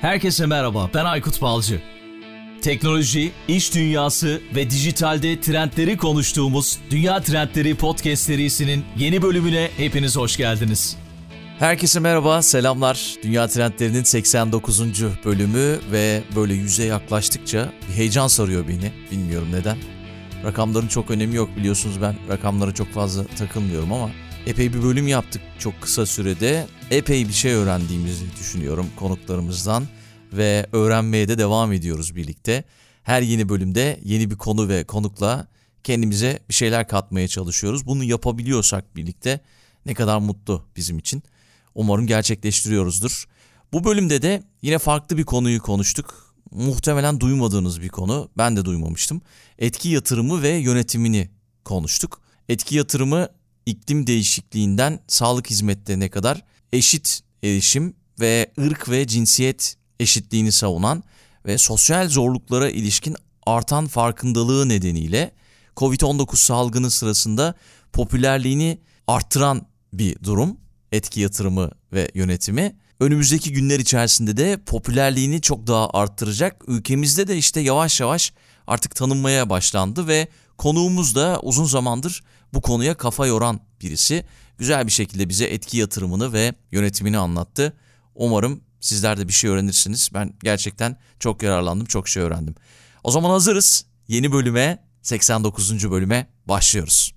Herkese merhaba, ben Aykut Balcı. Teknoloji, iş dünyası ve dijitalde trendleri konuştuğumuz Dünya Trendleri Podcast serisinin yeni bölümüne hepiniz hoş geldiniz. Herkese merhaba, selamlar. Dünya Trendleri'nin 89. bölümü ve böyle 100'e yaklaştıkça bir heyecan sarıyor beni. Bilmiyorum neden. Rakamların çok önemi yok, biliyorsunuz ben rakamlara çok fazla takılmıyorum ama epey bir bölüm yaptık çok kısa sürede. Epey bir şey öğrendiğimizi düşünüyorum konuklarımızdan ve öğrenmeye de devam ediyoruz birlikte. Her yeni bölümde yeni bir konu ve konukla kendimize bir şeyler katmaya çalışıyoruz. Bunu yapabiliyorsak birlikte ne kadar mutlu bizim için. Umarım gerçekleştiriyoruzdur. Bu bölümde de yine farklı bir konuyu konuştuk. Muhtemelen duymadığınız bir konu. Ben de duymamıştım. Etki yatırımı ve yönetimini konuştuk. Etki yatırımı iklim değişikliğinden sağlık hizmetlerine kadar eşit erişim ve ırk ve cinsiyet eşitliğini savunan ve sosyal zorluklara ilişkin artan farkındalığı nedeniyle Covid-19 salgını sırasında popülerliğini arttıran bir durum. Etki yatırımı ve yönetimi. Önümüzdeki günler içerisinde de popülerliğini çok daha arttıracak. Ülkemizde de işte yavaş yavaş artık tanınmaya başlandı ve konuğumuz da uzun zamandır bu konuya kafa yoran birisi. Güzel bir şekilde bize etki yatırımını ve yönetimini anlattı. Umarım sizler de bir şey öğrenirsiniz. Ben gerçekten çok yararlandım, çok şey öğrendim. O zaman hazırız. Yeni bölüme, 89. bölüme başlıyoruz.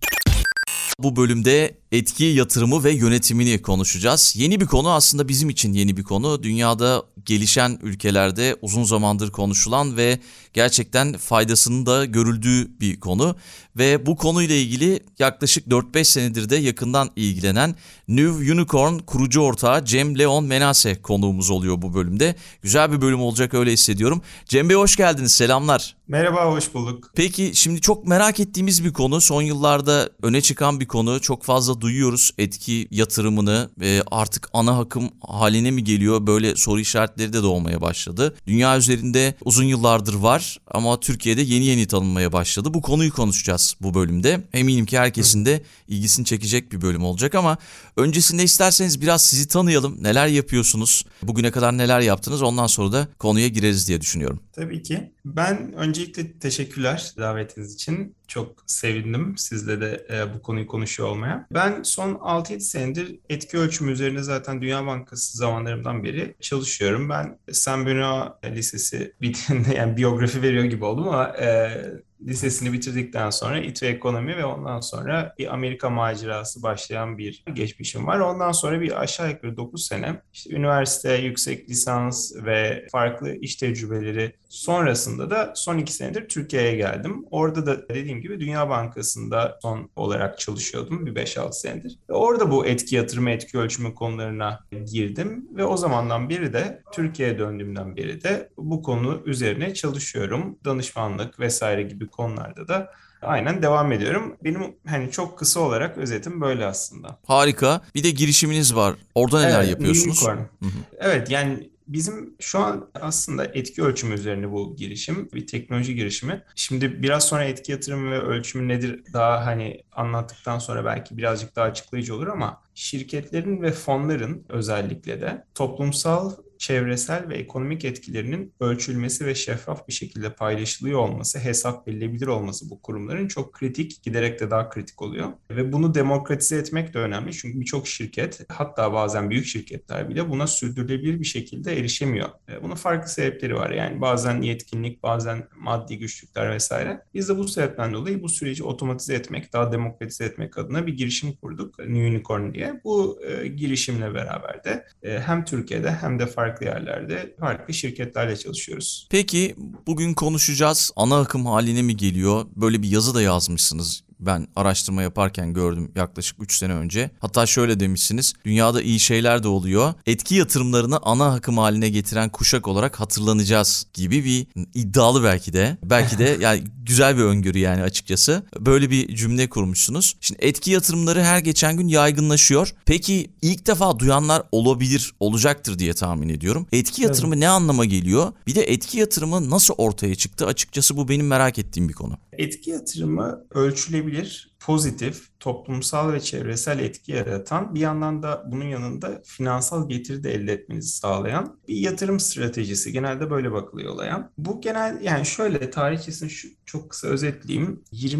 Bu bölümde etki yatırımı ve yönetimini konuşacağız. Yeni bir konu, aslında bizim için yeni bir konu. Dünyada gelişen ülkelerde uzun zamandır konuşulan ve gerçekten faydasının da görüldüğü bir konu. Ve bu konuyla ilgili yaklaşık 4-5 senedir de yakından ilgilenen New Unicorn kurucu ortağı Cem Leon Menase konuğumuz oluyor bu bölümde. Güzel bir bölüm olacak, öyle hissediyorum. Cem Bey hoş geldiniz, selamlar. Merhaba, hoş bulduk. Peki şimdi çok merak ettiğimiz bir konu, son yıllarda öne çıkan bir konu. Çok fazla duyuyoruz etki yatırımını, artık ana akım haline mi geliyor, böyle soru işaretleri de doğmaya başladı. Dünya üzerinde uzun yıllardır var ama Türkiye'de yeni tanınmaya başladı. Bu konuyu konuşacağız bu bölümde. Eminim ki herkesin de ilgisini çekecek bir bölüm olacak ama öncesinde isterseniz biraz sizi tanıyalım. Neler yapıyorsunuz? Bugüne kadar neler yaptınız? Ondan sonra da konuya gireriz diye düşünüyorum. Tabii ki. Ben öncelikle teşekkürler davetiniz için. Çok sevindim sizle de bu konuyu konuşuyor olmaya. Ben son 6-7 senedir etki ölçümü üzerine zaten Dünya Bankası zamanlarımdan beri çalışıyorum. Ben Saint Benoît Lisesi bitirdiğinde, yani biyografi veriyor gibi oldum ama lisesini bitirdikten sonra İTÜ Ekonomi ve ondan sonra bir Amerika macerası başlayan bir geçmişim var. Ondan sonra bir aşağı yukarı 9 sene işte üniversite, yüksek lisans ve farklı iş tecrübeleri sonrasında da son 2 senedir Türkiye'ye geldim. Orada da dediğim gibi Dünya Bankası'nda son olarak çalışıyordum bir 5-6 senedir. Ve orada bu etki yatırımı, etki ölçümü konularına girdim ve o zamandan beri de Türkiye'ye döndüğümden beri de bu konu üzerine çalışıyorum. Danışmanlık vesaire gibi konularda da aynen devam ediyorum. Benim çok kısa olarak özetim böyle aslında. Harika. Bir de girişiminiz var. Orada neler yapıyorsunuz? Unicorn. Evet, yani bizim şu an aslında etki ölçümü üzerine bu girişim, bir teknoloji girişimi. Şimdi biraz sonra etki yatırımı ve ölçümü nedir daha anlattıktan sonra belki birazcık daha açıklayıcı olur ama şirketlerin ve fonların özellikle de toplumsal, çevresel ve ekonomik etkilerinin ölçülmesi ve şeffaf bir şekilde paylaşılıyor olması, hesap verilebilir olması bu kurumların çok kritik, giderek de daha kritik oluyor. Ve bunu demokratize etmek de önemli. Çünkü birçok şirket, hatta bazen büyük şirketler bile buna sürdürülebilir bir şekilde erişemiyor. Bunun farklı sebepleri var. Yani bazen yetkinlik, bazen maddi güçlükler vesaire. Biz de bu sebepten dolayı bu süreci otomatize etmek, daha demokratize etmek adına bir girişim kurduk. New Unicorn diye. Bu girişimle beraber de hem Türkiye'de hem de farklı yerlerde farklı şirketlerle çalışıyoruz. Peki bugün konuşacağız. Ana akım haline mi geliyor? Böyle bir yazı da yazmışsınız. Ben araştırma yaparken gördüm yaklaşık 3 sene önce. Hatta şöyle demişsiniz. Dünyada iyi şeyler de oluyor. Etki yatırımlarını ana akım haline getiren kuşak olarak hatırlanacağız gibi bir iddialı belki de. Belki de yani güzel bir öngörü yani açıkçası. Böyle bir cümle kurmuşsunuz. Şimdi etki yatırımları her geçen gün yaygınlaşıyor. Peki ilk defa duyanlar olabilir, olacaktır diye tahmin ediyorum. Etki yatırımı ne anlama geliyor? Bir de etki yatırımı nasıl ortaya çıktı? Açıkçası bu benim merak ettiğim bir konu. Etki yatırımı ölçülebilir pozitif, toplumsal ve çevresel etki yaratan, bir yandan da bunun yanında finansal getiri de elde etmenizi sağlayan bir yatırım stratejisi. Genelde böyle bakılıyor olaya. Bu genel, yani şöyle tarihçesini çok kısa özetleyeyim.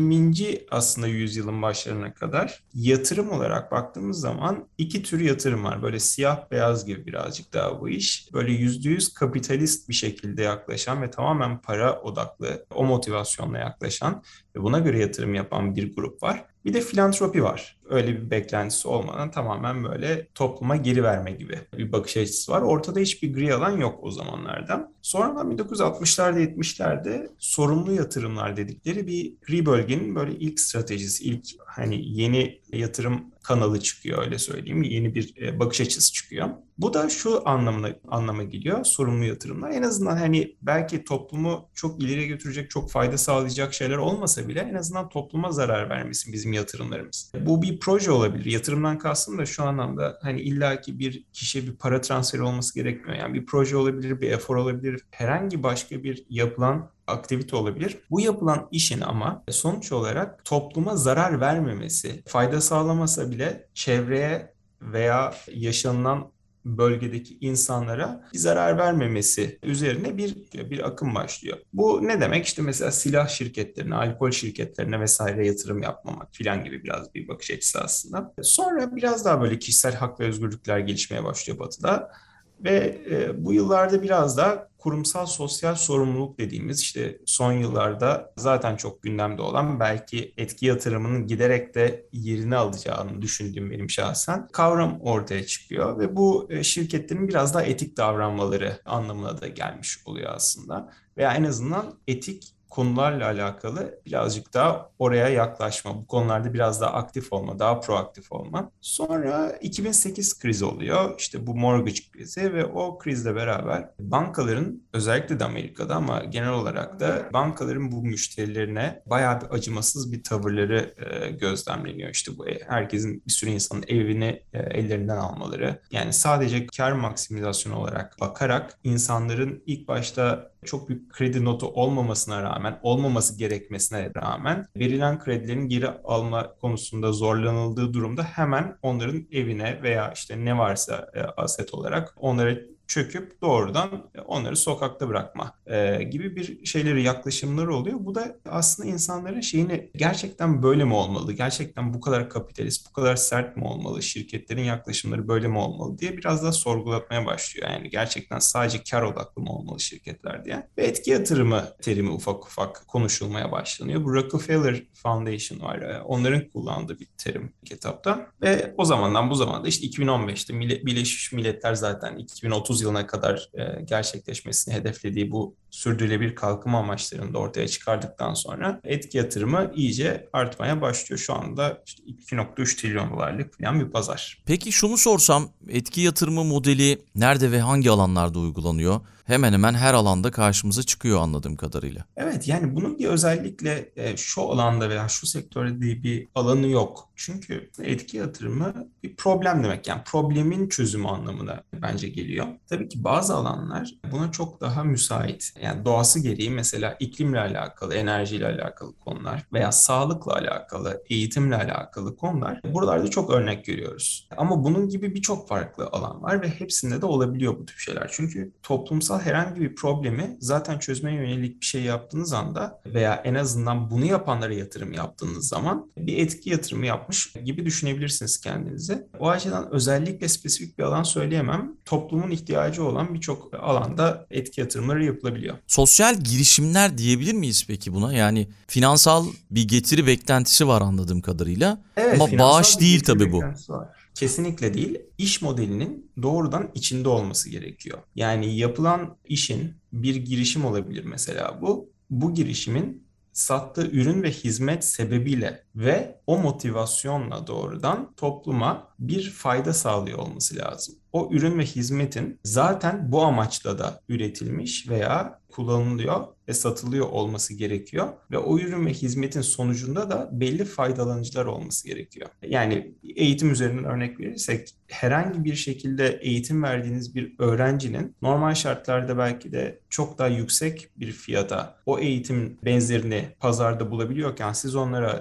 20. aslında yüzyılın başlarına kadar yatırım olarak baktığımız zaman iki tür yatırım var. Böyle siyah beyaz gibi birazcık daha bu iş. Böyle %100 kapitalist bir şekilde yaklaşan ve tamamen para odaklı, o motivasyonla yaklaşan ve buna göre yatırım yapan bir grup var. Bir de filantropi var. Öyle bir beklentisi olmadan tamamen böyle topluma geri verme gibi bir bakış açısı var. Ortada hiçbir gri alan yok o zamanlarda. Sonradan 1960'larda 70'lerde sorumlu yatırımlar dedikleri bir gri bölgenin böyle ilk stratejisi, ilk hani yeni yatırım kanalı çıkıyor, öyle söyleyeyim. Yeni bir bakış açısı çıkıyor. Bu da şu anlama geliyor. Sorumlu yatırımlar en azından hani belki toplumu çok ileriye götürecek, çok fayda sağlayacak şeyler olmasa bile en azından topluma zarar vermesin bizim yatırımlarımız. Bu bir proje olabilir. Yatırımdan kastım da şu anlamda hani illaki bir kişiye bir para transferi olması gerekmiyor. Yani bir proje olabilir, bir efor olabilir, herhangi başka bir yapılan aktivite olabilir. Bu yapılan işin ama sonuç olarak topluma zarar vermemesi, fayda sağlamasa bile çevreye veya yaşanılan bölgedeki insanlara bir zarar vermemesi üzerine bir akım başlıyor. Bu ne demek? İşte mesela silah şirketlerine, alkol şirketlerine vesaire yatırım yapmamak filan gibi biraz bir bakış açısı aslında. Sonra biraz daha böyle kişisel hak ve özgürlükler gelişmeye başlıyor Batı'da. Ve bu yıllarda biraz da kurumsal sosyal sorumluluk dediğimiz, işte son yıllarda zaten çok gündemde olan, belki etki yatırımının giderek de yerini alacağını düşündüğüm benim şahsen kavram ortaya çıkıyor ve bu şirketlerin biraz daha etik davranmaları anlamına da gelmiş oluyor aslında. Veya en azından etik konularla alakalı birazcık daha oraya yaklaşma, bu konularda biraz daha aktif olma, daha proaktif olma. Sonra 2008 krizi oluyor. İşte bu mortgage krizi ve o krizle beraber bankaların, özellikle de Amerika'da ama genel olarak da bankaların bu müşterilerine bayağı bir acımasız bir tavırları gözlemleniyor. İşte bu herkesin, bir sürü insanın evini ellerinden almaları. Yani sadece kar maksimizasyonu olarak bakarak insanların ilk başta çok büyük kredi notu olmamasına rağmen, olmaması gerekmesine rağmen verilen kredilerin geri alma konusunda zorlanıldığı durumda hemen onların evine veya işte ne varsa aset olarak onlara çöküp doğrudan onları sokakta bırakma gibi bir şeyleri, yaklaşımları oluyor. Bu da aslında insanların şeyini, gerçekten böyle mi olmalı? Gerçekten bu kadar kapitalist, bu kadar sert mi olmalı? Şirketlerin yaklaşımları böyle mi olmalı diye biraz daha sorgulatmaya başlıyor. Yani gerçekten sadece kar odaklı mı olmalı şirketler diye. Ve etki yatırımı terimi ufak ufak konuşulmaya başlanıyor. Bu Rockefeller Foundation var. Onların kullandığı bir terim kitapta. Ve o zamandan bu zamanda işte 2015'te Birleşmiş Milletler zaten 2030 yılına kadar gerçekleşmesini hedeflediği bu sürdürülebilir kalkınma amaçlarını da ortaya çıkardıktan sonra etki yatırımı iyice artmaya başlıyor. Şu anda işte 2,3 trilyon dolarlık falan bir pazar. Peki şunu sorsam, etki yatırımı modeli nerede ve hangi alanlarda uygulanıyor? Hemen hemen her alanda karşımıza çıkıyor anladığım kadarıyla. Evet, yani bunun bir özellikle şu alanda veya şu sektörde diye bir alanı yok. Çünkü etki yatırımı bir problem demek. Yani problemin çözümü anlamına bence geliyor. Tabii ki bazı alanlar buna çok daha müsait. Yani doğası gereği mesela iklimle alakalı, enerjiyle alakalı konular veya sağlıkla alakalı, eğitimle alakalı konular. Buralarda çok örnek görüyoruz. Ama bunun gibi birçok farklı alan var ve hepsinde de olabiliyor bu tip şeyler. Çünkü toplumsal herhangi bir problemi zaten çözmeye yönelik bir şey yaptığınız anda veya en azından bunu yapanlara yatırım yaptığınız zaman bir etki yatırımı yapmış gibi düşünebilirsiniz kendinizi. O açıdan özellikle spesifik bir alan söyleyemem. Toplumun ihtiyacı olan birçok alanda etki yatırımları yapılabiliyor. Sosyal girişimler diyebilir miyiz peki buna? Yani finansal bir getiri beklentisi var anladığım kadarıyla. Evet, Ama finansal bağış bir değil getiri tabii bu. beklentisi var. Kesinlikle değil. İş modelinin doğrudan içinde olması gerekiyor. Yani yapılan işin bir girişim olabilir mesela bu. Bu girişimin sattığı ürün ve hizmet sebebiyle ve o motivasyonla doğrudan topluma bir fayda sağlıyor olması lazım. O ürün ve hizmetin zaten bu amaçla da üretilmiş veya kullanılıyor ve satılıyor olması gerekiyor. Ve o ürün ve hizmetin sonucunda da belli faydalanıcılar olması gerekiyor. Yani eğitim üzerinden örnek verirsek, herhangi bir şekilde eğitim verdiğiniz bir öğrencinin normal şartlarda belki de çok daha yüksek bir fiyata o eğitim benzerini pazarda bulabiliyorken siz onlara daha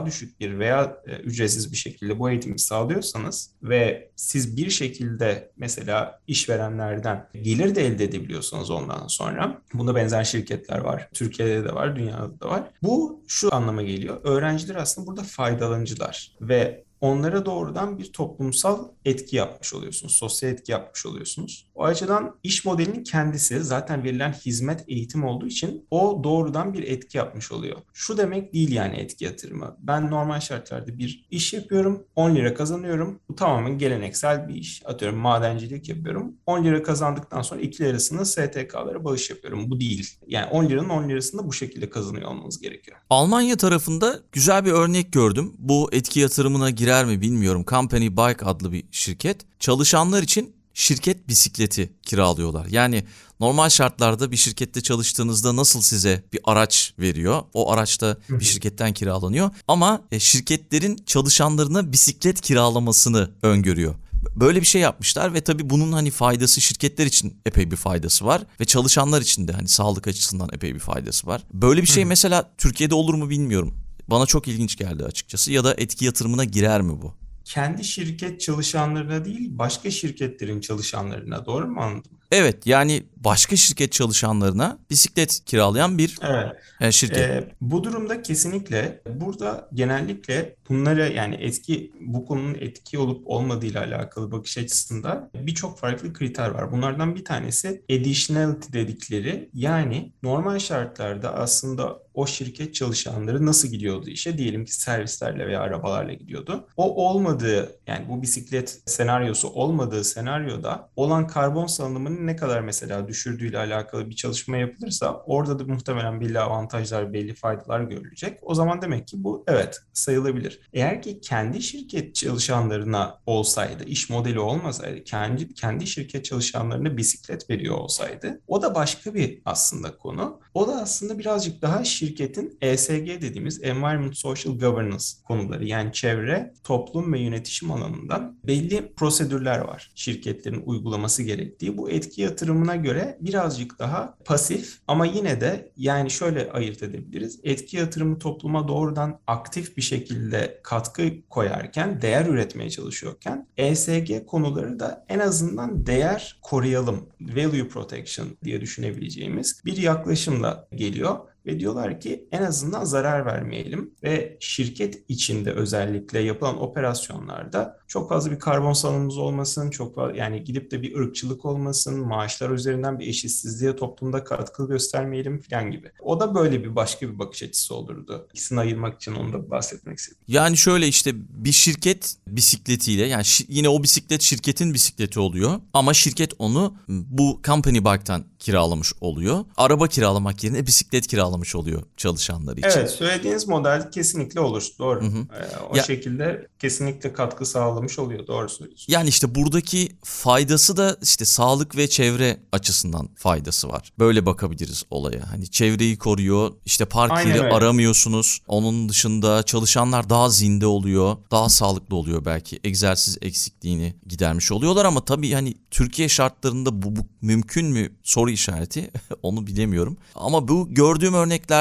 düşük bir veya ücretsiz bir şekilde bu eğitimi sağlıyorsanız ve siz bir şekilde mesela işverenlerden gelir de elde edebiliyorsanız ondan sonra, buna benzer şirketler var. Türkiye'de de var, dünyada da var. Bu şu anlama geliyor. Öğrenciler aslında burada faydalanıcılar ve onlara doğrudan bir toplumsal etki yapmış oluyorsunuz, sosyal etki yapmış oluyorsunuz. O açıdan iş modelinin kendisi zaten verilen hizmet, eğitim olduğu için o doğrudan bir etki yapmış oluyor. Şu demek değil yani etki yatırımı. Ben normal şartlarda bir iş yapıyorum, 10 lira kazanıyorum. Bu tamamen geleneksel bir iş. Atıyorum madencilik yapıyorum. 10 lira kazandıktan sonra 2 lirasını STK'lara bağış yapıyorum. Bu değil. Yani 10 liranın 10 lirasını da bu şekilde kazanıyor olmanız gerekiyor. Almanya tarafında güzel bir örnek gördüm. Bu etki yatırımına girer mi bilmiyorum. Company Bike adlı bir şirket. Çalışanlar için şirket bisikleti kiralıyorlar. Yani normal şartlarda bir şirkette çalıştığınızda nasıl size bir araç veriyor? O araç da bir şirketten kiralanıyor. Ama şirketlerin çalışanlarına bisiklet kiralamasını öngörüyor. Böyle bir şey yapmışlar ve tabii bunun hani faydası şirketler için epey bir faydası var ve çalışanlar için de hani sağlık açısından epey bir faydası var. Böyle bir şey mesela Türkiye'de olur mu bilmiyorum. Bana çok ilginç geldi açıkçası, ya da etki yatırımına girer mi bu? Kendi şirket çalışanlarına değil, başka şirketlerin çalışanlarına, doğru mu anladım? Evet, yani başka şirket çalışanlarına bisiklet kiralayan bir Evet. şirket. Bu durumda kesinlikle burada genellikle bunlara yani bu konunun etki olup olmadığıyla alakalı bakış açısında birçok farklı kriter var. Bunlardan bir tanesi additionality dedikleri, yani normal şartlarda aslında o şirket çalışanları nasıl gidiyordu işe? Diyelim ki servislerle veya arabalarla gidiyordu. O olmadığı, yani bu bisiklet senaryosu olmadığı senaryoda olan karbon salınımının ne kadar mesela düşürdüğüyle alakalı bir çalışma yapılırsa orada da muhtemelen belli avantajlar, belli faydalar görülecek. O zaman demek ki bu evet sayılabilir. Eğer ki kendi şirket çalışanlarına olsaydı, iş modeli olmasaydı, kendi şirket çalışanlarına bisiklet veriyor olsaydı, o da başka bir aslında konu. O da aslında birazcık daha şirketin ESG dediğimiz Environment Social Governance konuları, yani çevre, toplum ve yönetişim alanından belli prosedürler var şirketlerin uygulaması gerektiği. Bu etki yatırımına göre birazcık daha pasif ama yine de yani şöyle ayırt edebiliriz. Etki yatırımı topluma doğrudan aktif bir şekilde katkı koyarken, değer üretmeye çalışıyorken ESG konuları da en azından değer koruyalım, value protection diye düşünebileceğimiz bir yaklaşımla geliyor. Ve diyorlar ki en azından zarar vermeyelim ve şirket içinde özellikle yapılan operasyonlarda çok fazla bir karbon salınımımız olmasın, çok fazla, yani gidip de bir ırkçılık olmasın, maaşlar üzerinden bir eşitsizliğe toplumda katkı göstermeyelim falan gibi. O da böyle bir başka bir bakış açısı olurdu. İkisini ayırmak için onu da bahsetmek istedim. Yani şöyle işte bir şirket bisikletiyle, yani yine o bisiklet şirketin bisikleti oluyor ama şirket onu bu Company Bike'tan kiralamış oluyor. Araba kiralamak yerine bisiklet kiralamış oluyor çalışanları için. Evet, söylediğiniz model kesinlikle olur. Doğru. Hı hı. O şekilde kesinlikle katkı sağlamış oluyor. Doğru söylüyorsunuz. Yani işte buradaki faydası da işte sağlık ve çevre açısından faydası var. Böyle bakabiliriz olaya. Hani çevreyi koruyor, işte park Aynen yeri öyle. aramıyorsunuz. Onun dışında çalışanlar daha zinde oluyor, daha sağlıklı oluyor belki. Egzersiz eksikliğini gidermiş oluyorlar ama tabii hani Türkiye şartlarında bu mümkün mü soru işareti onu bilemiyorum. Ama bu gördüğüm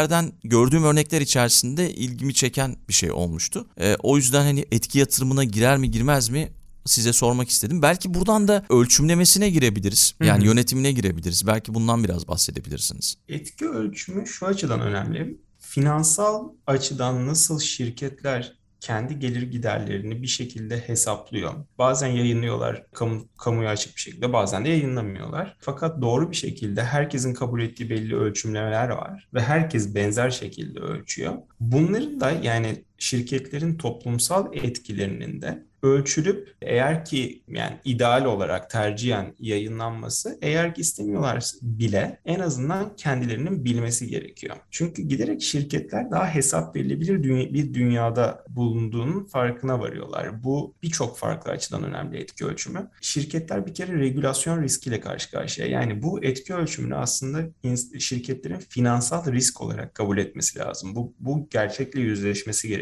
örnekler içerisinde ilgimi çeken bir şey olmuştu. O yüzden hani etki yatırımına girer mi girmez mi size sormak istedim. Belki buradan da ölçümlemesine girebiliriz. Yani yönetimine girebiliriz. Belki bundan biraz bahsedebilirsiniz. Etki ölçümü şu açıdan önemli. Finansal açıdan nasıl şirketler kendi gelir giderlerini bir şekilde hesaplıyor. Bazen yayınlıyorlar kamuya açık bir şekilde, bazen de yayınlamıyorlar. Fakat doğru bir şekilde herkesin kabul ettiği belli ölçümlemeler var ve herkes benzer şekilde ölçüyor. Bunların da yani şirketlerin toplumsal etkilerinin de ölçülüp eğer ki yani ideal olarak tercihen yayınlanması, eğer ki istemiyorlar bile en azından kendilerinin bilmesi gerekiyor. Çünkü giderek şirketler daha hesap verilebilir bir dünyada bulunduğunun farkına varıyorlar. Bu birçok farklı açıdan önemli etki ölçümü. Şirketler bir kere regülasyon riskiyle karşı karşıya. Yani bu etki ölçümünü aslında şirketlerin finansal risk olarak kabul etmesi lazım. Bu gerçekle yüzleşmesi gerekiyor.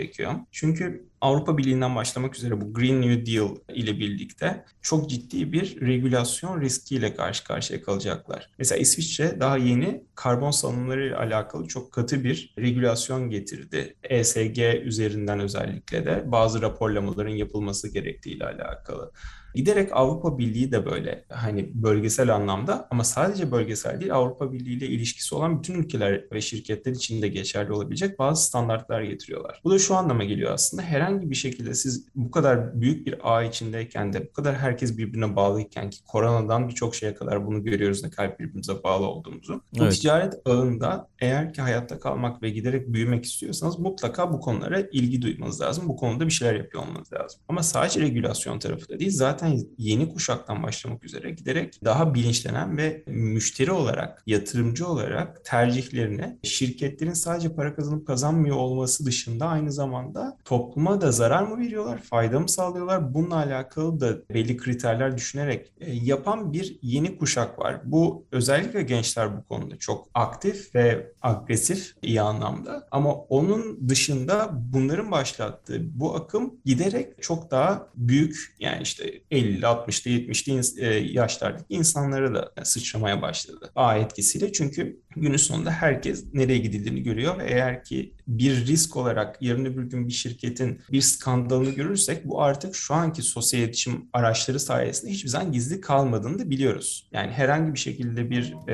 gerekiyor. Çünkü Avrupa Birliği'nden başlamak üzere bu Green New Deal ile birlikte çok ciddi bir regülasyon riskiyle karşı karşıya kalacaklar. Mesela İsviçre daha yeni karbon salınımları ile alakalı çok katı bir regülasyon getirdi. ESG üzerinden özellikle de bazı raporlamaların yapılması gerektiği ile alakalı. Giderek Avrupa Birliği de böyle hani bölgesel anlamda ama sadece bölgesel değil Avrupa Birliği ile ilişkisi olan bütün ülkeler ve şirketler için de geçerli olabilecek bazı standartlar getiriyorlar. Bu da şu anlama geliyor aslında herhangi bir şekilde siz bu kadar büyük bir ağ içindeyken de bu kadar herkes birbirine bağlıyken ki koronadan birçok şeye kadar bunu görüyoruz ne kadar birbirimize bağlı olduğumuzu. Bu Evet. ticaret ağında eğer ki hayatta kalmak ve giderek büyümek istiyorsanız mutlaka bu konulara ilgi duymanız lazım. Bu konuda bir şeyler yapıyor olmanız lazım. Ama sadece regülasyon tarafı da değil zaten yeni kuşaktan başlamak üzere giderek daha bilinçlenen ve müşteri olarak, yatırımcı olarak tercihlerine şirketlerin sadece para kazanıp kazanmıyor olması dışında aynı zamanda topluma da zarar mı veriyorlar, fayda mı sağlıyorlar? Bununla alakalı da belli kriterler düşünerek yapan bir yeni kuşak var. Bu özellikle gençler bu konuda çok aktif ve agresif iyi anlamda. Ama onun dışında bunların başlattığı bu akım giderek çok daha büyük yani işte 50'li, 60'lı, 70'li yaşlardaki insanlara da sıçramaya başladı. Ağ etkisiyle çünkü günün sonunda herkes nereye gidildiğini görüyor ve eğer ki bir risk olarak yarın öbür gün bir şirketin bir skandalını görürsek bu artık şu anki sosyal iletişim araçları sayesinde hiçbir zaman gizli kalmadığını da biliyoruz. Yani herhangi bir şekilde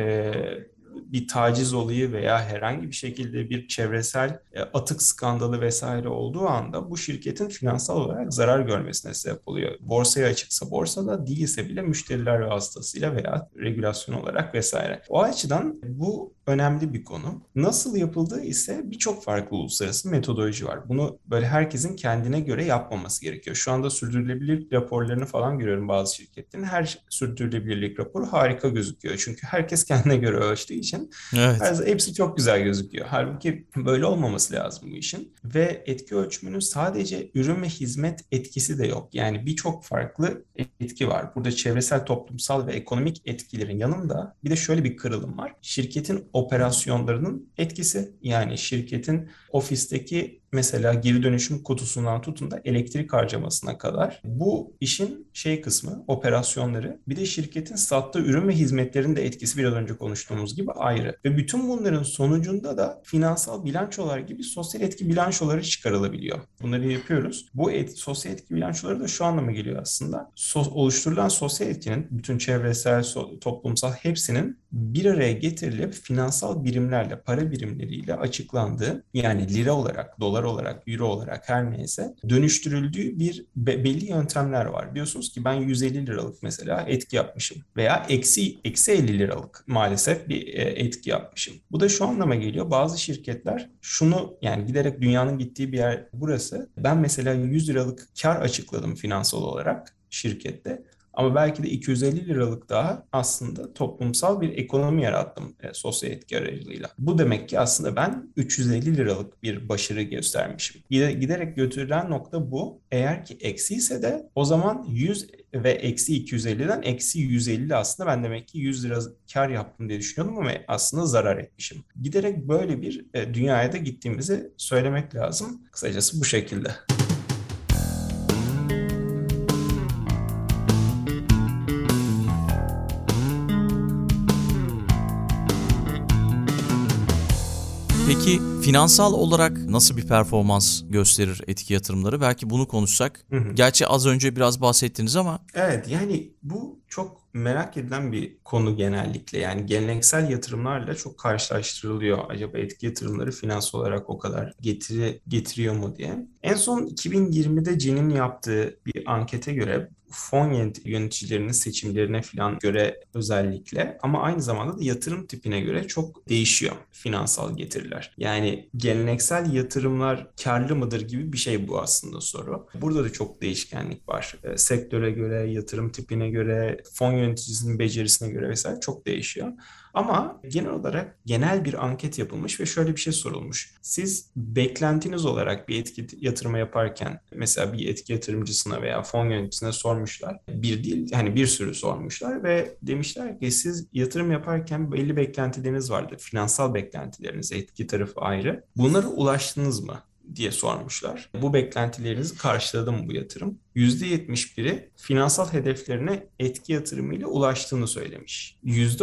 bir taciz olayı veya herhangi bir şekilde bir çevresel atık skandalı vesaire olduğu anda bu şirketin finansal olarak zarar görmesine sebep oluyor. Borsaya açıksa borsada değilse bile müşteriler vasıtasıyla veya regülasyon olarak vesaire. O açıdan bu önemli bir konu. Nasıl yapıldığı ise birçok farklı uluslararası metodoloji var. Bunu böyle herkesin kendine göre yapmaması gerekiyor. Şu anda sürdürülebilirlik raporlarını falan görüyorum bazı şirketlerin. Her sürdürülebilirlik raporu harika gözüküyor. Çünkü herkes kendine göre ölçtüğü için Evet. hepsi çok güzel gözüküyor. Halbuki böyle olmaması lazım bu işin. Ve etki ölçümünün sadece ürün ve hizmet etkisi de yok. Yani birçok farklı etki var. Burada çevresel, toplumsal ve ekonomik etkilerin yanında bir de şöyle bir kırılım var. Şirketin operasyonlarının etkisi yani şirketin ofisteki mesela geri dönüşüm kutusundan tutun da elektrik harcamasına kadar bu işin kısmı, operasyonları bir de şirketin sattığı ürün ve hizmetlerin de etkisi biraz önce konuştuğumuz gibi ayrı. Ve bütün bunların sonucunda da finansal bilançolar gibi sosyal etki bilançoları çıkarılabiliyor. Bunları yapıyoruz. Bu sosyal etki bilançoları da şu anlama geliyor aslında. Oluşturulan sosyal etkinin bütün çevresel, toplumsal hepsinin bir araya getirilip finansal birimlerle, para birimleriyle açıklandığı yani lira olarak, dolar olarak, euro olarak her neyse dönüştürüldüğü bir belli yöntemler var. Diyorsunuz ki ben 150 liralık mesela etki yapmışım veya eksi 50 liralık maalesef bir etki yapmışım. Bu da şu anlama geliyor. Bazı şirketler şunu yani giderek dünyanın gittiği bir yer burası. Ben mesela 100 liralık kar açıkladım finansal olarak şirkette. Ama belki de 250 liralık daha aslında toplumsal bir ekonomi yarattım sosyal etki aracılığıyla. Bu demek ki aslında ben 350 liralık bir başarı göstermişim. Giderek götürülen nokta bu. Eğer ki eksi ise de o zaman 100 ve eksi 250'den eksi 150 aslında ben demek ki 100 lira kar yaptım diye düşünüyordum ama aslında zarar etmişim. Giderek böyle bir dünyaya da gittiğimizi söylemek lazım. Kısacası bu şekilde. Peki finansal olarak nasıl bir performans gösterir etki yatırımları? Belki bunu konuşsak. Gerçi az önce biraz bahsettiniz ama. Evet yani bu çok merak edilen bir konu genellikle. Yani geleneksel yatırımlarla çok karşılaştırılıyor. Acaba etki yatırımları finans olarak o kadar getiriyor mu diye. En son 2020'de Cin'in yaptığı bir ankete göre fon yöneticilerinin seçimlerine falan göre özellikle ama aynı zamanda da yatırım tipine göre çok değişiyor finansal getiriler. Yani geleneksel yatırımlar karlı mıdır gibi bir şey bu aslında soru. Burada da çok değişkenlik var. Sektöre göre, yatırım tipine göre, fon yöneticisinin becerisine göre vesaire çok değişiyor. Ama genel olarak genel bir anket yapılmış ve şöyle bir şey sorulmuş. Siz beklentiniz olarak bir etki yatırımı yaparken mesela bir etki yatırımcısına veya fon yöneticisine sormuşlar. Bir değil hani bir sürü sormuşlar ve demişler ki siz yatırım yaparken belli beklentileriniz vardı. Finansal beklentileriniz, etki tarafı ayrı. Bunlara ulaştınız mı? diye sormuşlar. Bu beklentilerinizi karşıladı mı bu yatırım? %71'i finansal hedeflerine etki yatırımıyla ulaştığını söylemiş.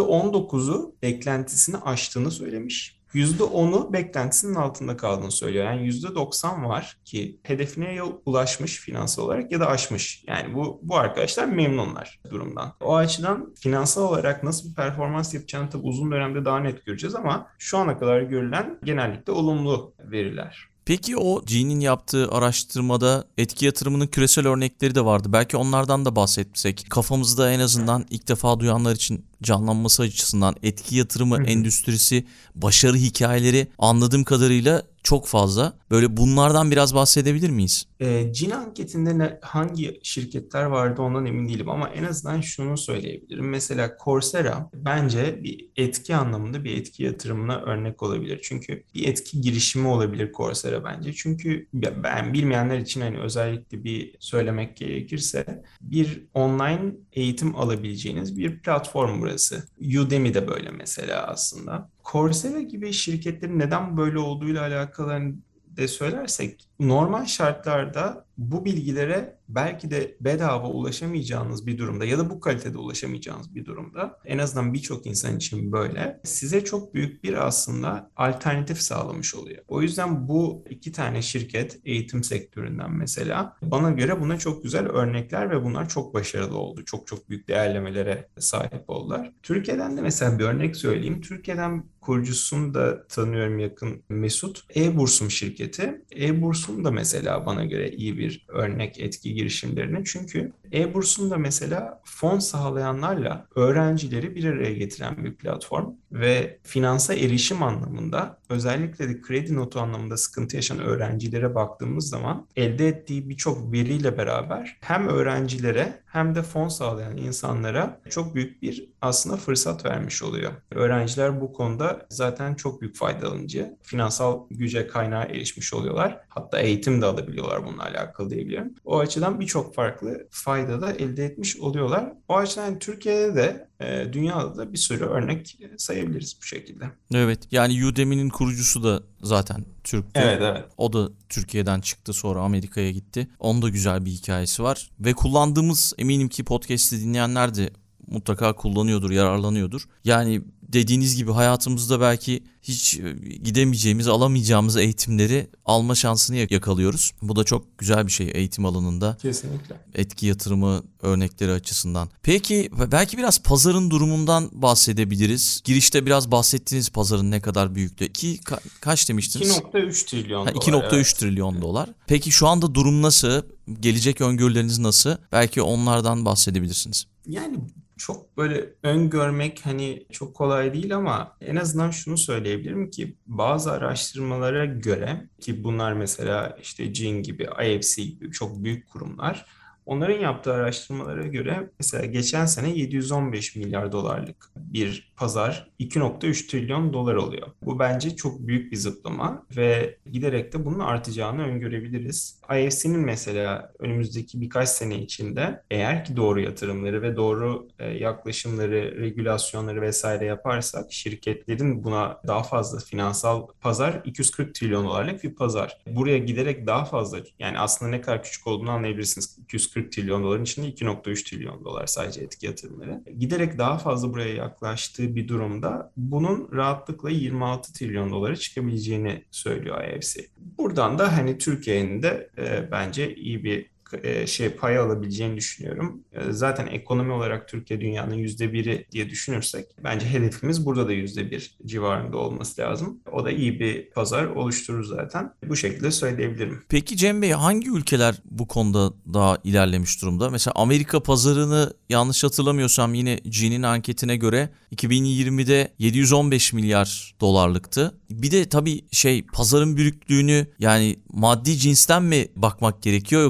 %19'u beklentisini aştığını söylemiş. %10'u beklentisinin altında kaldığını söylüyor. Yani %90 var ki hedefine ya ulaşmış finansal olarak ya da aşmış. Yani bu arkadaşlar memnunlar durumdan. O açıdan finansal olarak nasıl bir performans yapacağını tabii uzun dönemde daha net göreceğiz ama şu ana kadar görülen genellikle olumlu veriler. Peki o G'nin yaptığı araştırmada etki yatırımının küresel örnekleri de vardı. Belki onlardan da bahsetsek. Kafamızda en azından ilk defa duyanlar için canlanması açısından etki yatırımı endüstrisi, başarı hikayeleri anladığım kadarıyla çok fazla. Böyle bunlardan biraz bahsedebilir miyiz? Gini anketinde hangi şirketler vardı ondan emin değilim ama en azından şunu söyleyebilirim. Mesela Coursera bence bir etki anlamında bir etki yatırımına örnek olabilir. Çünkü bir etki girişimi olabilir Coursera bence. Çünkü ben bilmeyenler için hani özellikle bir söylemek gerekirse bir online eğitim alabileceğiniz bir platform burası. Udemy de böyle mesela aslında. Coursera gibi şirketlerin neden böyle olduğuyla alakalı de söylersek normal şartlarda bu bilgilere belki de bedava ulaşamayacağınız bir durumda ya da bu kalitede ulaşamayacağınız bir durumda en azından birçok insan için böyle size çok büyük bir aslında alternatif sağlamış oluyor. O yüzden bu iki tane şirket eğitim sektöründen mesela bana göre buna çok güzel örnekler ve bunlar çok başarılı oldu. Çok çok büyük değerlemelere sahip oldular. Türkiye'den de mesela bir örnek söyleyeyim. Türkiye'den kurucusunu da tanıyorum yakın Mesut. E-Bursum şirketi. E-Bursum da mesela bana göre iyi bir örnek etki girişimlerine. Çünkü E-Bursum da mesela fon sağlayanlarla öğrencileri bir araya getiren bir platform ve finansa erişim anlamında özellikle de kredi notu anlamında sıkıntı yaşayan öğrencilere baktığımız zaman elde ettiği birçok veriyle beraber hem öğrencilere hem de fon sağlayan insanlara çok büyük bir aslında fırsat vermiş oluyor. Öğrenciler bu konuda zaten çok büyük faydalanıcı. Finansal güce kaynağa erişmiş oluyorlar. Hatta eğitim de alabiliyorlar bununla alakalı diyebilirim. O açıdan birçok farklı fayda da elde etmiş oluyorlar. O açıdan Türkiye'de de dünyada da bir sürü örnek sayabiliriz bu şekilde. Evet, yani Udemy'nin kurucusu da zaten Türk'tü. Evet. O da Türkiye'den çıktı, sonra Amerika'ya gitti. Onun da güzel bir hikayesi var. Ve kullandığımız, eminim ki podcast'i dinleyenler de mutlaka kullanıyordur, yararlanıyordur. Yani dediğiniz gibi hayatımızda belki hiç gidemeyeceğimiz, alamayacağımız eğitimleri alma şansını yakalıyoruz. Bu da çok güzel bir şey eğitim alanında. Kesinlikle. Etki yatırımı örnekleri açısından. Peki belki biraz pazarın durumundan bahsedebiliriz. Girişte biraz bahsettiniz pazarın ne kadar büyüklüğü. Kaç demiştiniz? 2.3 trilyon dolar. 2.3 evet. trilyon dolar. Peki şu anda durum nasıl? Gelecek öngörüleriniz nasıl? Belki onlardan bahsedebilirsiniz. Yani çok böyle öngörmek hani çok kolay değil ama en azından şunu söyleyebilirim ki bazı araştırmalara göre ki bunlar mesela işte Cin gibi, IFC gibi çok büyük kurumlar. Onların yaptığı araştırmalara göre mesela geçen sene 715 milyar dolarlık bir pazar 2.3 trilyon dolar oluyor. Bu bence çok büyük bir zıplama ve giderek de bunun artacağını öngörebiliriz. IFC'nin mesela önümüzdeki birkaç sene içinde eğer ki doğru yatırımları ve doğru yaklaşımları, regülasyonları vesaire yaparsak şirketlerin buna daha fazla finansal pazar 240 trilyon dolarlık bir pazar. Buraya giderek daha fazla yani aslında ne kadar küçük olduğunu anlayabilirsiniz. 240 trilyon doların içinde 2.3 trilyon dolar sadece etki yatırımları. Giderek daha fazla buraya yaklaştığı bir durumda bunun rahatlıkla 26 trilyon dolara çıkabileceğini söylüyor IFC. Buradan da hani Türkiye'nin de bence iyi bir pay alabileceğini düşünüyorum. Zaten ekonomi olarak Türkiye dünyanın %1'i diye düşünürsek bence hedefimiz burada da %1 civarında olması lazım. O da iyi bir pazar oluşturur zaten. Bu şekilde söyleyebilirim. Peki Cem Bey, hangi ülkeler bu konuda daha ilerlemiş durumda? Mesela Amerika pazarını yanlış hatırlamıyorsam yine Gin'in anketine göre 2020'de 715 milyar dolarlıktı. Bir de tabii pazarın büyüklüğünü yani maddi cinsten mi bakmak gerekiyor yoksa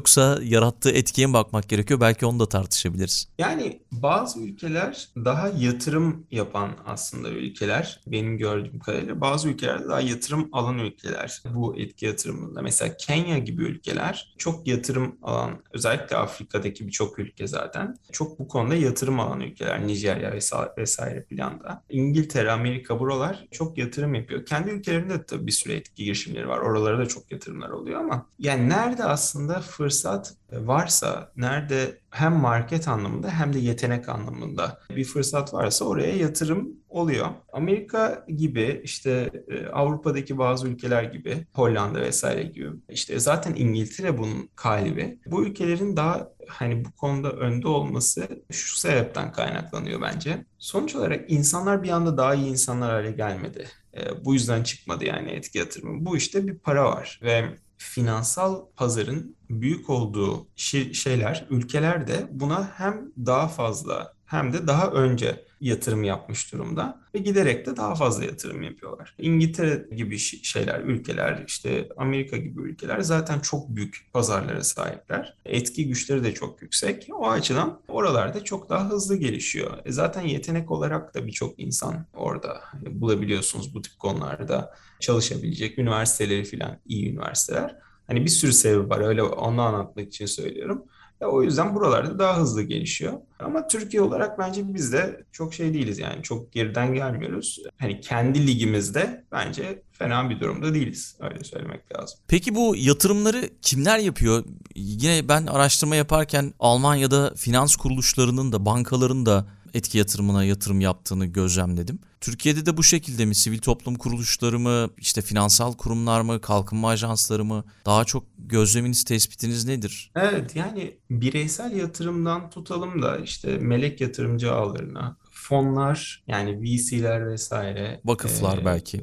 yarattığı etkiye mi bakmak gerekiyor? Belki onu da tartışabiliriz. Yani bazı ülkeler daha yatırım yapan aslında ülkeler benim gördüğüm kadarıyla. Bazı ülkeler de daha yatırım alan ülkeler bu etki yatırımında. Mesela Kenya gibi ülkeler çok yatırım alan, özellikle Afrika'daki birçok ülke zaten çok bu konuda yatırım alan ülkeler. Nijerya vesaire planda. İngiltere, Amerika buralar çok yatırım yapıyor. Kendi ülkelerinde de tabii bir sürü etki girişimleri var. Oralara da çok yatırımlar oluyor ama yani nerede aslında fırsat varsa, nerede hem market anlamında hem de yetenek anlamında bir fırsat varsa oraya yatırım oluyor. Amerika gibi işte Avrupa'daki bazı ülkeler gibi Hollanda vesaire gibi işte zaten İngiltere bunun galibi. Bu ülkelerin daha hani bu konuda önde olması şu sebepten kaynaklanıyor bence. Sonuç olarak insanlar bir anda daha iyi insanlar hale gelmedi. Bu yüzden çıkmadı yani etki yatırımı. Bu işte bir para var ve finansal pazarın büyük olduğu şeyler, ülkeler de buna hem daha fazla hem de daha önce yatırım yapmış durumda ve giderek de daha fazla yatırım yapıyorlar. İngiltere gibi şeyler, ülkeler, işte Amerika gibi ülkeler zaten çok büyük pazarlara sahipler. Etki güçleri de çok yüksek. O açıdan oralarda çok daha hızlı gelişiyor. Zaten yetenek olarak da birçok insan orada bulabiliyorsunuz bu tip konularda çalışabilecek üniversiteleri falan, iyi üniversiteler. Hani bir sürü sebebi var. Öyle onu anlatmak için söylüyorum. O yüzden buralarda daha hızlı gelişiyor. Ama Türkiye olarak bence biz de çok şey değiliz yani. Çok geriden gelmiyoruz. Hani kendi ligimizde bence fena bir durumda değiliz. Öyle söylemek lazım. Peki bu yatırımları kimler yapıyor? Yine ben araştırma yaparken Almanya'da finans kuruluşlarının da bankaların da etki yatırımına yatırım yaptığını gözlemledim. Türkiye'de de bu şekilde mi? Sivil toplum kuruluşları mı, işte finansal kurumlar mı, kalkınma ajansları mı? Daha çok gözleminiz, tespitiniz nedir? Evet yani bireysel yatırımdan tutalım da işte melek yatırımcı ağlarına, fonlar yani VC'ler vesaire, Vakıflar belki.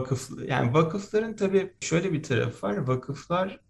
yani vakıfların tabii şöyle bir tarafı var. Vakıflar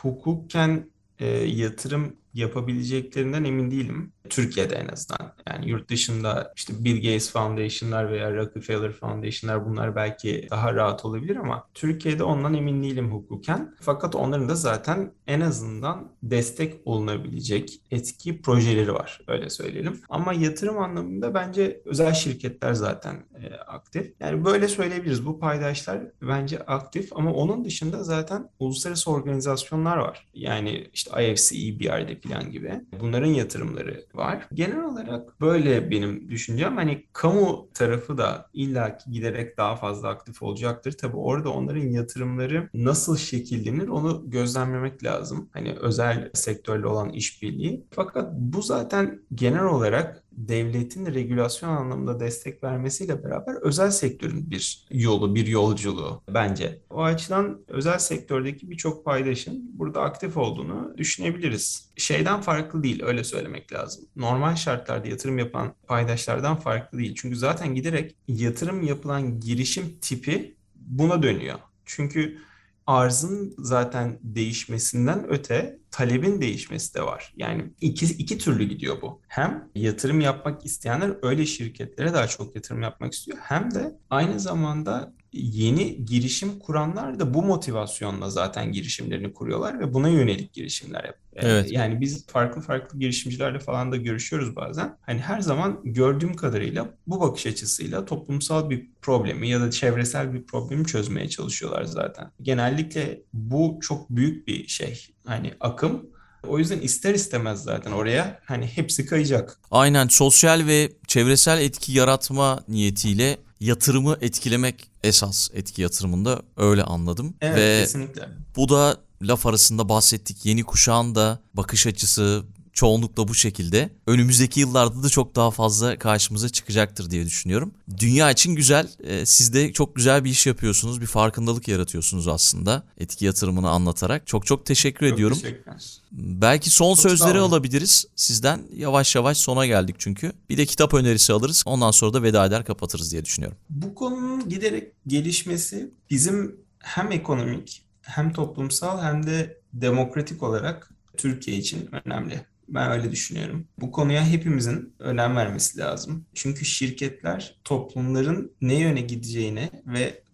hukuken yatırım yapabileceklerinden emin değilim. Türkiye'de en azından. Yani yurt dışında işte Bill Gates Foundation'lar veya Rockefeller Foundation'lar bunlar belki daha rahat olabilir ama Türkiye'de ondan emin değilim hukuken. Fakat onların da zaten en azından destek olunabilecek etki projeleri var. Öyle söyleyelim. Ama yatırım anlamında bence özel şirketler zaten aktif. Yani böyle söyleyebiliriz. Bu paydaşlar bence aktif ama onun dışında zaten uluslararası organizasyonlar var. Yani işte IFC, EBRD falan gibi. Bunların yatırımları var. Genel olarak böyle benim düşüncem. Hani kamu tarafı da illaki giderek daha fazla aktif olacaktır. Tabii orada onların yatırımları nasıl şekillenir onu gözlemlemek lazım. Hani özel sektörle olan işbirliği. Fakat bu zaten genel olarak devletin regülasyon anlamında destek vermesiyle beraber özel sektörün bir yolu, bir yolculuğu bence. O açıdan özel sektördeki birçok paydaşın burada aktif olduğunu düşünebiliriz. Şeyden farklı değil, öyle söylemek lazım. Normal şartlarda yatırım yapan paydaşlardan farklı değil. Çünkü zaten giderek yatırım yapılan girişim tipi buna dönüyor. Çünkü arzın zaten değişmesinden öte talebin değişmesi de var. Yani iki türlü gidiyor bu. Hem yatırım yapmak isteyenler öyle şirketlere daha çok yatırım yapmak istiyor. Hem de aynı zamanda yeni girişim kuranlar da bu motivasyonla zaten girişimlerini kuruyorlar ve buna yönelik girişimler yapıyor. Evet. Yani biz farklı farklı girişimcilerle falan da görüşüyoruz bazen. Hani her zaman gördüğüm kadarıyla bu bakış açısıyla toplumsal bir problemi ya da çevresel bir problemi çözmeye çalışıyorlar zaten. Genellikle bu çok büyük bir şey. Hani akım. O yüzden ister istemez zaten oraya hani hepsi kayacak. Aynen, sosyal ve çevresel etki yaratma niyetiyle yatırımı etkilemek esas etki yatırımında, öyle anladım. Evet, Ve kesinlikle. bu da laf arasında bahsettik, yeni kuşağın da bakış açısı çoğunlukla bu şekilde. Önümüzdeki yıllarda da çok daha fazla karşımıza çıkacaktır diye düşünüyorum. Dünya için güzel. Siz de çok güzel bir iş yapıyorsunuz. Bir farkındalık yaratıyorsunuz aslında etki yatırımını anlatarak. Çok çok teşekkür ediyorum. Teşekkürler. Belki son Çok sağ sözleri olun. alabiliriz sizden. Yavaş yavaş sona geldik çünkü. Bir de kitap önerisi alırız. Ondan sonra da veda eder kapatırız diye düşünüyorum. Bu konunun giderek gelişmesi bizim hem ekonomik hem toplumsal hem de demokratik olarak Türkiye için önemli. Ben öyle düşünüyorum. Bu konuya hepimizin önem vermesi lazım. Çünkü şirketler toplumların ne yöne gideceğine ve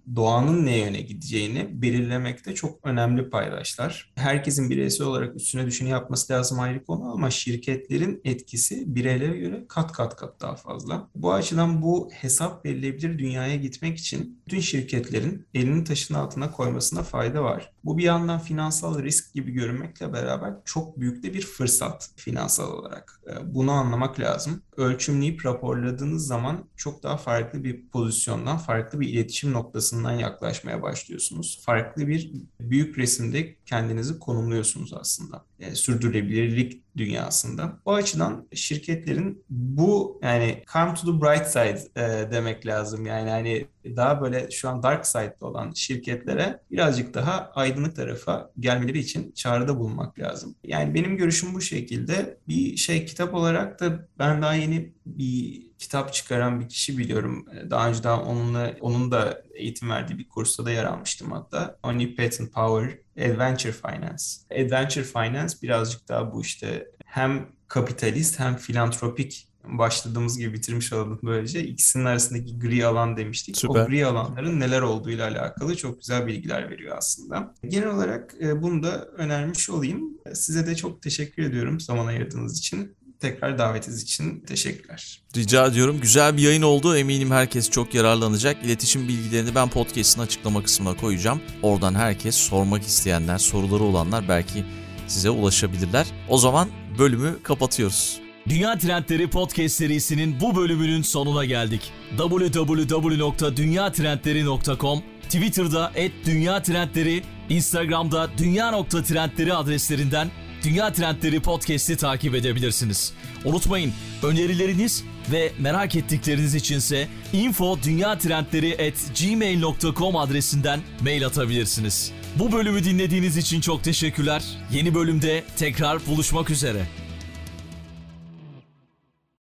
doğanın ne yöne gideceğini belirlemekte çok önemli paydaşlar. Herkesin bireysel olarak üstüne düşeni yapması lazım, ayrı konu, ama şirketlerin etkisi bireylere göre kat kat kat daha fazla. Bu açıdan bu hesap verilebilir dünyaya gitmek için bütün şirketlerin elini taşın altına koymasına fayda var. Bu bir yandan finansal risk gibi görünmekle beraber çok büyük de bir fırsat finansal olarak. Bunu anlamak lazım. Ölçümleyip raporladığınız zaman çok daha farklı bir pozisyondan, farklı bir iletişim noktasından yaklaşmaya başlıyorsunuz. Farklı bir büyük resimde kendinizi konumluyorsunuz aslında. Sürdürülebilirlik dünyasında. O açıdan şirketlerin bu, yani come to the bright side demek lazım. Yani hani daha böyle şu an dark side'da olan şirketlere birazcık daha aydınlık tarafa gelmeleri için çağrıda bulunmak lazım. Yani benim görüşüm bu şekilde. Bir kitap olarak da ben daha yeni bir kitap çıkaran bir kişi biliyorum. Daha önceden onun da eğitim verdiği bir kursta da yer almıştım hatta. Omnipotent Power, Adventure Finance. Adventure Finance birazcık daha bu hem kapitalist hem filantropik, başladığımız gibi bitirmiş olalım böylece. İkisinin arasındaki gri alan demiştik. Süper. O gri alanların neler olduğuyla alakalı çok güzel bilgiler veriyor aslında. Genel olarak bunu da önermiş olayım. Size de çok teşekkür ediyorum zaman ayırdığınız için. Tekrar davetiniz için teşekkürler. Rica ediyorum. Güzel bir yayın oldu. Eminim herkes çok yararlanacak. İletişim bilgilerini ben podcast'ın açıklama kısmına koyacağım. Oradan herkes, sormak isteyenler, soruları olanlar belki size ulaşabilirler. O zaman bölümü kapatıyoruz. Dünya Trendleri Podcast serisinin bu bölümünün sonuna geldik. www.dünyatrendleri.com, Twitter'da @dünyatrendleri, Instagram'da dünya.trendleri adreslerinden Dünya Trendleri Podcast'i takip edebilirsiniz. Unutmayın, önerileriniz ve merak ettikleriniz içinse info@dünyatrendleri@gmail.com adresinden mail atabilirsiniz. Bu bölümü dinlediğiniz için çok teşekkürler. Yeni bölümde tekrar buluşmak üzere.